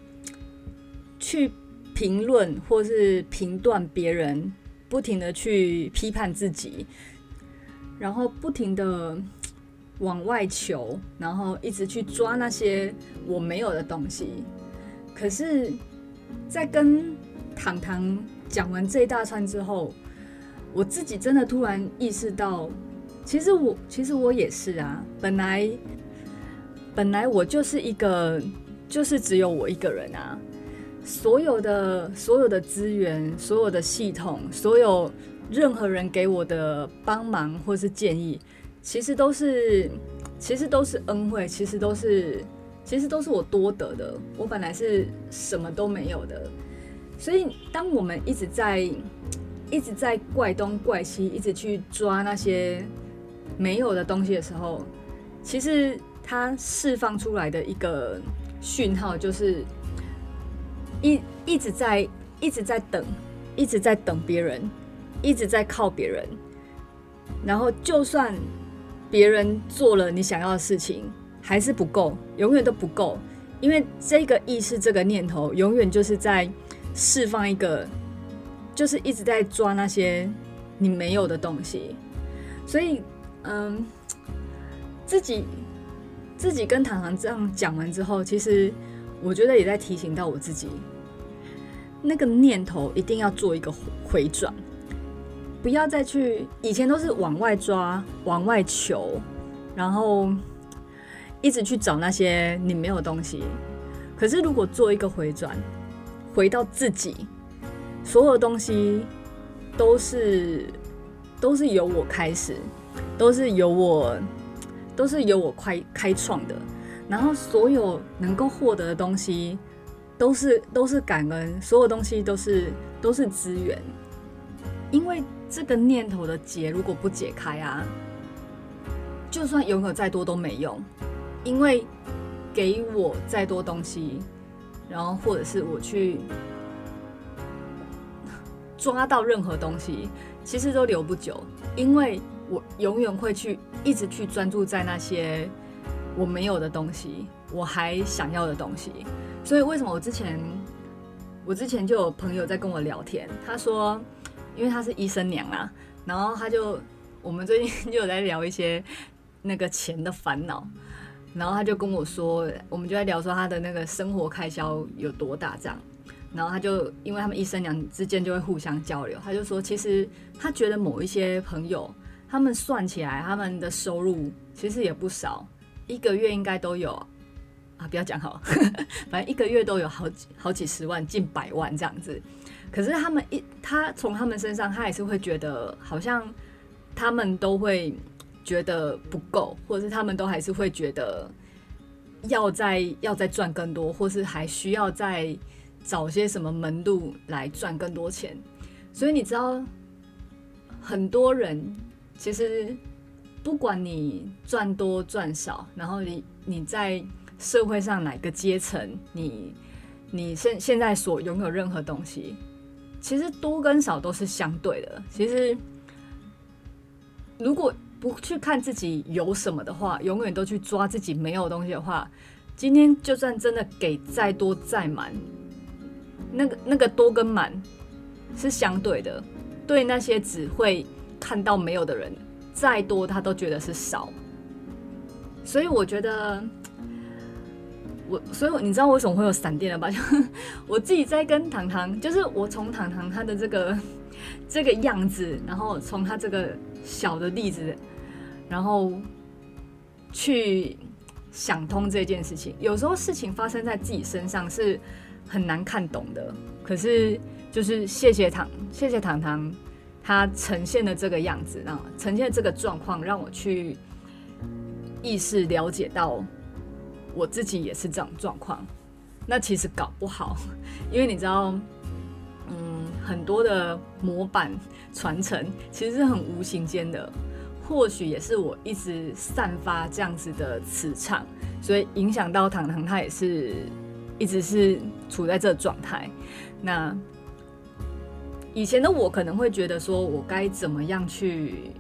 评论或是评断别人，不停的去批判自己，然后不停的往外求，然后一直去抓那些我没有的东西。可是在跟糖糖讲完这一大串之后，我自己真的突然意识到，其实我也是啊，本来我就是一个，就是只有我一个人啊。所有的资源，所有的系统，所有任何人给我的帮忙或是建议，其实都是恩惠，其实都是我多得的。我本来是什么都没有的。所以当我们一直在怪东怪西，一直去抓那些没有的东西的时候，其实它释放出来的一个讯号就是一直在等，一直在等别人，一直在靠别人。然后就算别人做了你想要的事情，还是不够，永远都不够。因为这个意识，这个念头，永远就是在释放一个，就是一直在抓那些你没有的东西。所以自己跟糖糖这样讲完之后，其实我觉得也在提醒到我自己，那个念头一定要做一个回转，不要再去以前都是往外抓、往外求，然后一直去找那些你没有的东西。可是如果做一个回转，回到自己，所有东西都是由我开始，都是由我开创的。然后所有能够获得的东西都是感恩，所有东西都是资源。因为这个念头的结如果不解开啊，就算拥有再多都没用。因为给我再多东西，然后或者是我去抓到任何东西，其实都留不久，因为我永远会一直去专注在那些我没有的东西，我还想要的东西。所以为什么我之前就有朋友在跟我聊天，他说，因为他是医生娘啊，然后我们最近就有在聊一些那个钱的烦恼，然后他就跟我说，我们就在聊说他的那个生活开销有多大这样，然后他就因为他们医生娘之间就会互相交流，他就说其实他觉得某一些朋友他们算起来他们的收入其实也不少，一个月应该都有啊，不要讲好了反正一个月都有好几十万近100万这样子。可是他从他们身上他也是会觉得好像他们都会觉得不够，或者是他们都还是会觉得要再赚更多，或是还需要再找些什么门路来赚更多钱。所以你知道很多人其实不管你赚多赚少，然后你在社会上哪个阶层，你现在所拥有任何东西，其实多跟少都是相对的。其实如果不去看自己有什么的话，永远都去抓自己没有的东西的话，今天就算真的给再多再满，那个多跟满是相对的。对那些只会看到没有的人，再多他都觉得是少。所以我觉得所以你知道为什么会有闪电了吧？就我自己在跟糖糖，就是我从糖糖他的这个样子，然后从他这个小的例子，然后去想通这件事情。有时候事情发生在自己身上是很难看懂的，可是就是谢谢糖糖，他呈现的这个样子，然后呈现的这个状况，让我去意识了解到我自己也是这种状况。那其实搞不好，因为你知道，很多的模板传承其实是很无形间的，或许也是我一直散发这样子的磁场，所以影响到糖糖，他也是一直是处在这个状态。那以前的我可能会觉得说，我该怎么样去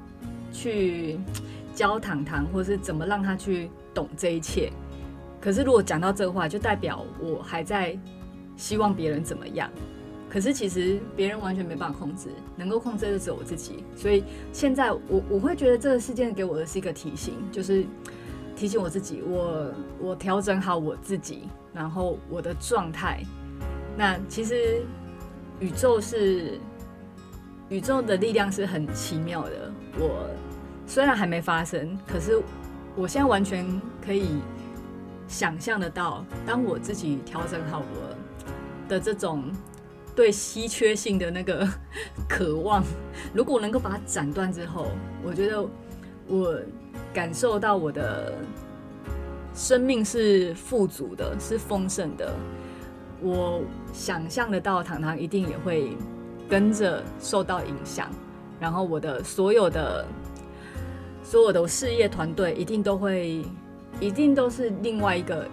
教糖糖，或是怎么让他去懂这一切。可是如果讲到这个话，就代表我还在希望别人怎么样。可是其实别人完全没办法控制，能够控制的只有我自己。所以现在我会觉得这个事件给我的是一个提醒，就是提醒我自己，我调整好我自己，然后我的状态。那其实宇宙的力量是很奇妙的。我虽然还没发生，可是我现在完全可以想象得到，当我自己调整好我的这种对稀缺性的那个渴望，如果我能够把它斩断之后，我觉得我感受到我的生命是富足的，是丰盛的。我想象得到糖糖一定也会跟着受到影响，然后我的所有的事业团队一定都是另外一个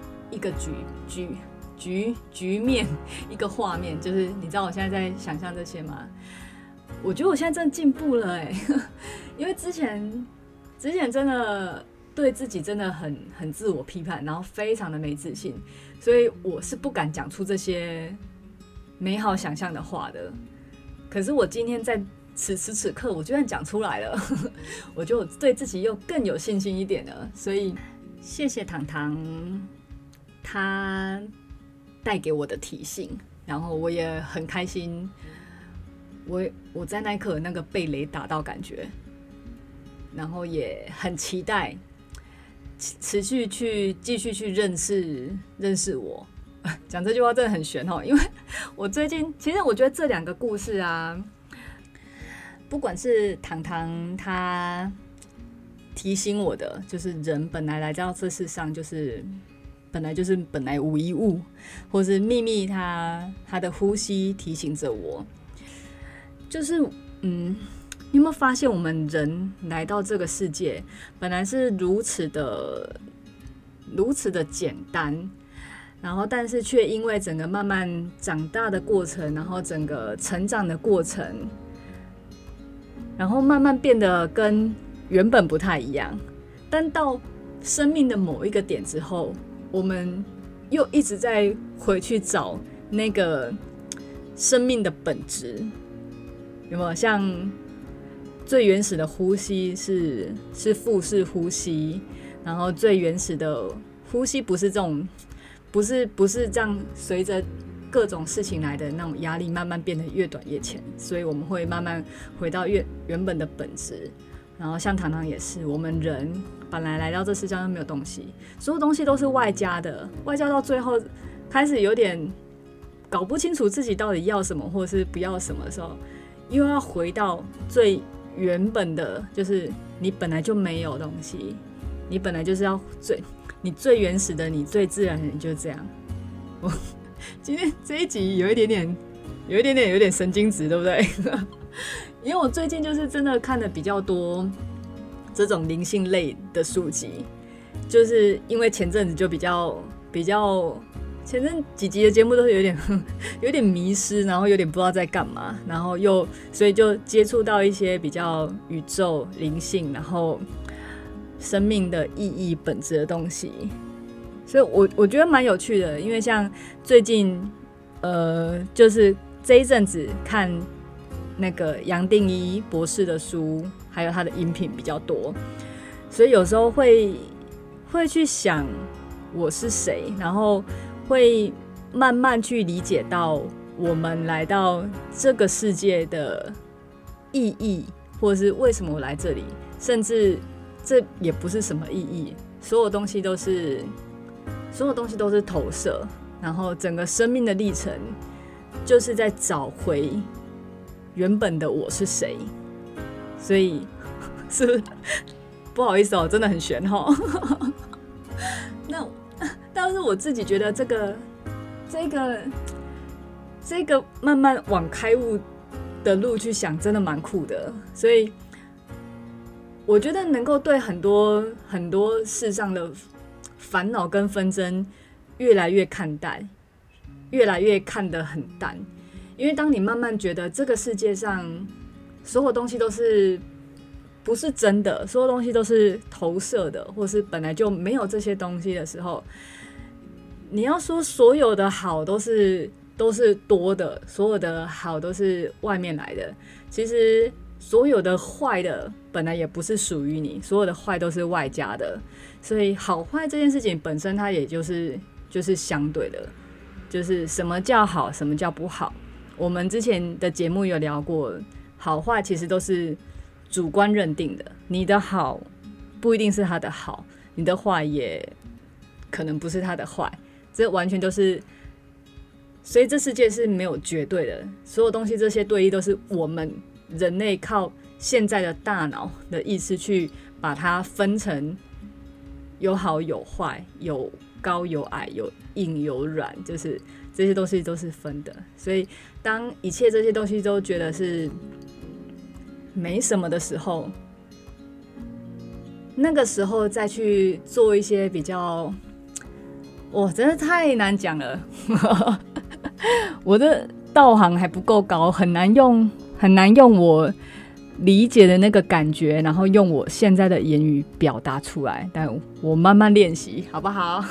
局面，一个画面。就是你知道我现在在想象这些吗？我觉得我现在真的进步了因为之前真的对自己真的很自我批判，然后非常的没自信，所以我是不敢讲出这些美好想象的话的。可是我今天在此时此刻，我居然讲出来了我觉得我对自己又更有信心一点了。所以谢谢糖糖，他带给我的提醒，然后我也很开心，我在那一刻那个被雷打到感觉，然后也很期待持续继续去认识我。讲这句话真的很玄哦，因为我最近其实我觉得这两个故事啊，不管是糖糖他提醒我的，就是人本来来到这世上就是本来无一物，或是秘密他的呼吸提醒着我，就是你有没有发现我们人来到这个世界本来是如此的简单，然后但是却因为整个慢慢长大的过程，然后整个成长的过程，然后慢慢变得跟原本不太一样，但到生命的某一个点之后，我们又一直在回去找那个生命的本质，有没有？像最原始的呼吸是腹式呼吸，然后最原始的呼吸不是这种，不是这样随着各种事情来的那种压力慢慢变得越短越浅，所以我们会慢慢回到原本的本质。然后像糖糖也是，我们人本来来到这世界上没有东西，所有东西都是外加的，外加到最后开始有点搞不清楚自己到底要什么或者是不要什么的时候，又要回到最原本的，就是你本来就没有东西，你本来就是要你最原始的你，最自然的你就是这样。我今天这一集有一点神经质，对不对？因为我最近就是真的看的比较多这种灵性类的书籍，就是因为前阵子就比较前阵几集的节目都是有点迷失，然后有点不知道在干嘛，然后所以就接触到一些比较宇宙灵性，然后生命的意义本质的东西，所以我觉得蛮有趣的。因为像最近就是这一阵子看那个杨定一博士的书，还有他的音频比较多，所以有时候会去想我是谁，然后会慢慢去理解到我们来到这个世界的意义，或者是为什么我来这里，甚至这也不是什么意义，所有东西都是投射，然后整个生命的历程就是在找回原本的我是谁。所以是不是不好意思真的很玄那但是我自己觉得这个慢慢往开悟的路去想，真的蛮酷的。所以我觉得能够对很多世上的烦恼跟纷争越来越看淡，越来越看得很淡。因为当你慢慢觉得这个世界上所有东西都是不是真的，所有东西都是投射的，或是本来就没有这些东西的时候，你要说所有的好都是多的，所有的好都是外面来的，其实所有的坏的本来也不是属于你，所有的坏都是外加的。所以好坏这件事情本身它也就是相对的，就是什么叫好，什么叫不好。我们之前的节目有聊过，好坏其实都是主观认定的，你的好不一定是他的好，你的坏也可能不是他的坏，这完全都是，所以这世界是没有绝对的，所有东西这些对立都是我们人类靠现在的大脑的意识去把它分成有好有坏，有高有矮，有硬有软，就是这些东西都是分的。所以当一切这些东西都觉得是没什么的时候，那个时候再去做一些比较，真的太难讲了我的道行还不够高，很难用我理解的那个感觉，然后用我现在的言语表达出来，但我慢慢练习，好不好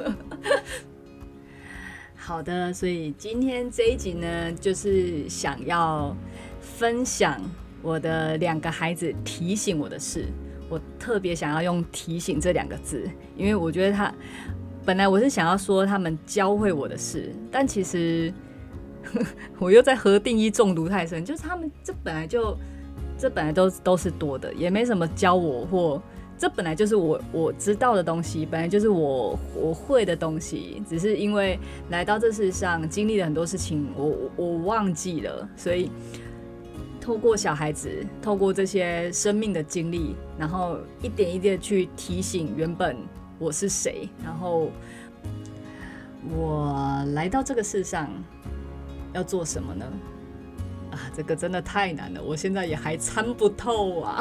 好的，所以今天这一集呢，就是想要分享我的2个孩子提醒我的事。我特别想要用提醒这2个字，因为我觉得本来我是想要说他们教会我的事，但其实我又在核定义中毒太深，就是他们这本来都是多的，也没什么教我，或这本来就是我知道的东西，本来就是我会的东西，只是因为来到这世上经历了很多事情，我忘记了，所以透过小孩子，透过这些生命的经历，然后一点一点去提醒原本我是谁，然后我来到这个世上要做什么呢？这个真的太难了，我现在也还参不透啊。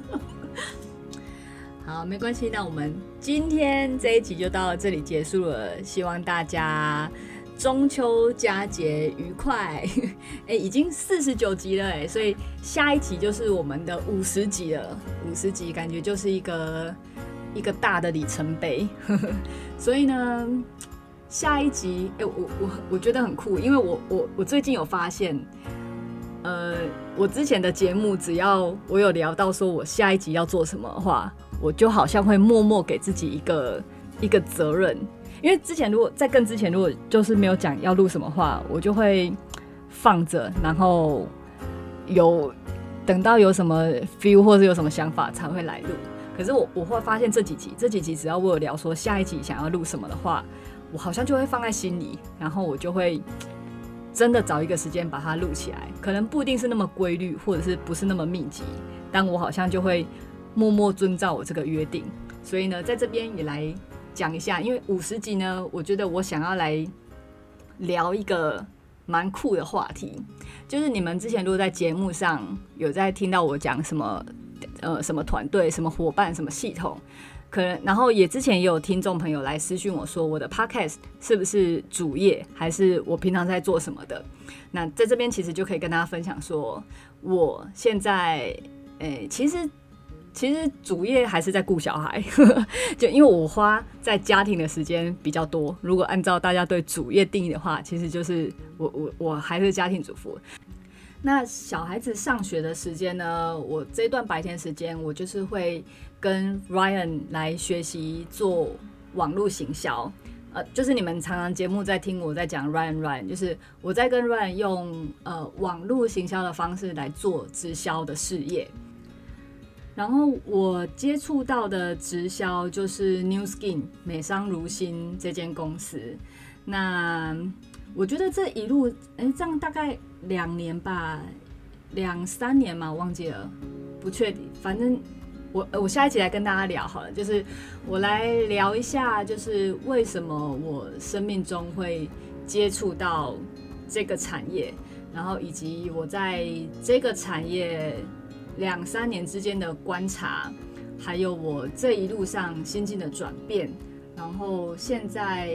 好，没关系，那我们今天这一集就到这里结束了，希望大家中秋佳节愉快。已经49集了，所以下一集就是我们的50集了。50集感觉就是一个大的里程碑。所以呢，下一集，我觉得很酷，因为我最近有发现，我之前的节目只要我有聊到说我下一集要做什么的话，我就好像会默默给自己一个责任，因为之前如果在更之前如果就是没有讲要录什么话，我就会放着，然后等到有什么 feel 或是有什么想法才会来录。可是我会发现这几集只要我有聊说下一集想要录什么的话，我好像就会放在心里，然后我就会真的找一个时间把它录起来，可能不一定是那么规律，或者是不是那么密集，但我好像就会默默遵照我这个约定。所以呢，在这边也来讲一下，因为50集呢，我觉得我想要来聊一个蛮酷的话题，就是你们之前如果在节目上有在听到我讲什么什么团队、什么伙伴、什么系统，可能然后也之前也有听众朋友来私讯我说我的 podcast 是不是主业，还是我平常在做什么的。那在这边其实就可以跟大家分享说，我现在其实主业还是在顾小孩，就因为我花在家庭的时间比较多。如果按照大家对主业定义的话，其实就是我还是家庭主妇。那小孩子上学的时间呢，我这段白天时间我就是会跟 Ryan 来学习做网络行销。就是你们常常节目在听我在讲 Ryan， 就是我在跟 Ryan 用网络行销的方式来做直销的事业。然后我接触到的直销就是 New Skin 美商如新这间公司。那我觉得这一路，这样大概2年吧，2、3年嘛，我忘记了，不确定。反正我下一集来跟大家聊好了，就是我来聊一下，就是为什么我生命中会接触到这个产业，然后以及我在这个产业2、3年之间的观察，还有我这一路上心境的转变，然后现在，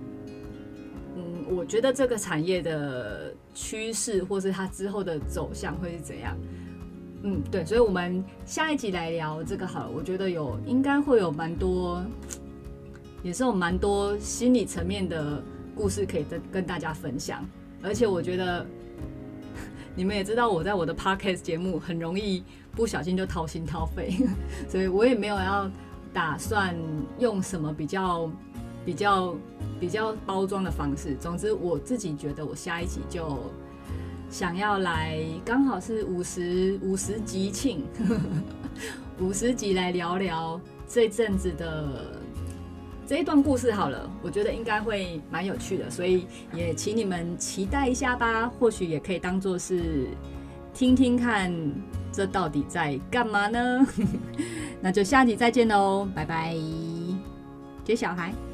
我觉得这个产业的趋势，或是它之后的走向会是怎样？对，所以我们下一集来聊这个好了。我觉得应该会有蛮多，也是有蛮多心理层面的故事可以跟大家分享，而且我觉得。你们也知道我在我的 podcast 节目很容易不小心就掏心掏肺，所以我也没有要打算用什么比较包装的方式。总之我自己觉得我下一集就想要来，刚好是50集庆，50集来聊聊这阵子的这一段故事好了，我觉得应该会蛮有趣的，所以也请你们期待一下吧。或许也可以当作是听听看，这到底在干嘛呢？那就下集再见喽，拜拜，接小孩。